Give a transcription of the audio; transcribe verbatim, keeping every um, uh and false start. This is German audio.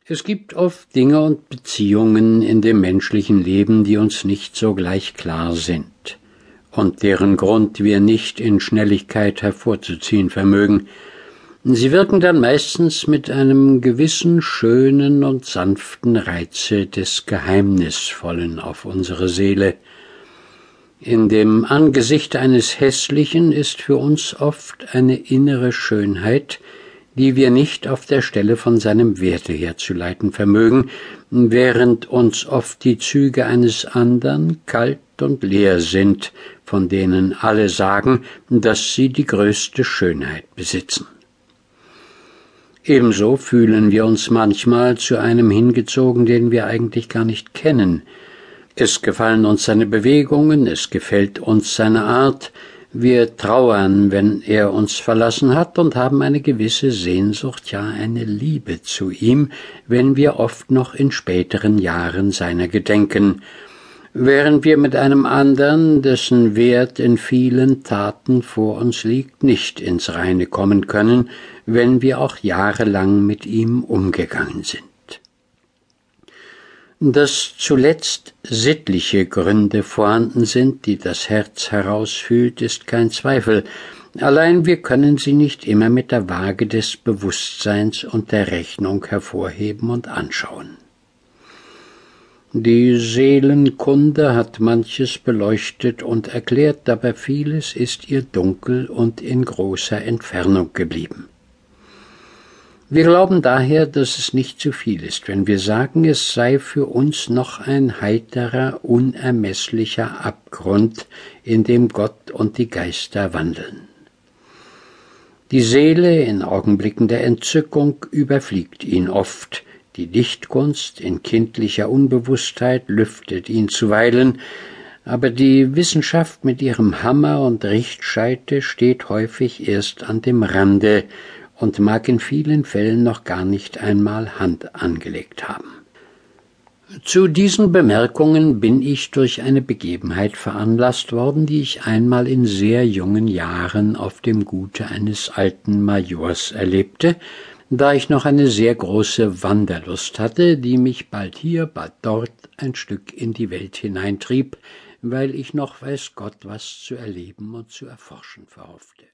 Es gibt oft Dinge und Beziehungen in dem menschlichen Leben, die uns nicht so gleich klar sind und deren Grund wir nicht in Schnelligkeit hervorzuziehen vermögen. Sie wirken dann meistens mit einem gewissen schönen und sanften Reize des Geheimnisvollen auf unsere Seele. In dem Angesicht eines Hässlichen ist für uns oft eine innere Schönheit, die wir nicht auf der Stelle von seinem Werte herzuleiten vermögen, während uns oft die Züge eines andern kalt und leer sind, von denen alle sagen, dass sie die größte Schönheit besitzen. Ebenso fühlen wir uns manchmal zu einem hingezogen, den wir eigentlich gar nicht kennen. Es gefallen uns seine Bewegungen, es gefällt uns seine Art, wir trauern, wenn er uns verlassen hat und haben eine gewisse Sehnsucht, ja eine Liebe zu ihm, wenn wir oft noch in späteren Jahren seiner gedenken, während wir mit einem andern, dessen Wert in vielen Taten vor uns liegt, nicht ins Reine kommen können, wenn wir auch jahrelang mit ihm umgegangen sind. Dass zuletzt sittliche Gründe vorhanden sind, die das Herz herausfühlt, ist kein Zweifel. Allein wir können sie nicht immer mit der Waage des Bewusstseins und der Rechnung hervorheben und anschauen. Die Seelenkunde hat manches beleuchtet und erklärt, aber vieles ist ihr dunkel und in großer Entfernung geblieben. Wir glauben daher, dass es nicht zu viel ist, wenn wir sagen, es sei für uns noch ein heiterer, unermesslicher Abgrund, in dem Gott und die Geister wandeln. Die Seele in Augenblicken der Entzückung überfliegt ihn oft, die Dichtkunst in kindlicher Unbewusstheit lüftet ihn zuweilen, aber die Wissenschaft mit ihrem Hammer und Richtscheite steht häufig erst an dem Rande und mag in vielen Fällen noch gar nicht einmal Hand angelegt haben. Zu diesen Bemerkungen bin ich durch eine Begebenheit veranlasst worden, die ich einmal in sehr jungen Jahren auf dem Gute eines alten Majors erlebte, da ich noch eine sehr große Wanderlust hatte, die mich bald hier, bald dort ein Stück in die Welt hineintrieb, weil ich noch weiß Gott was zu erleben und zu erforschen verhoffte.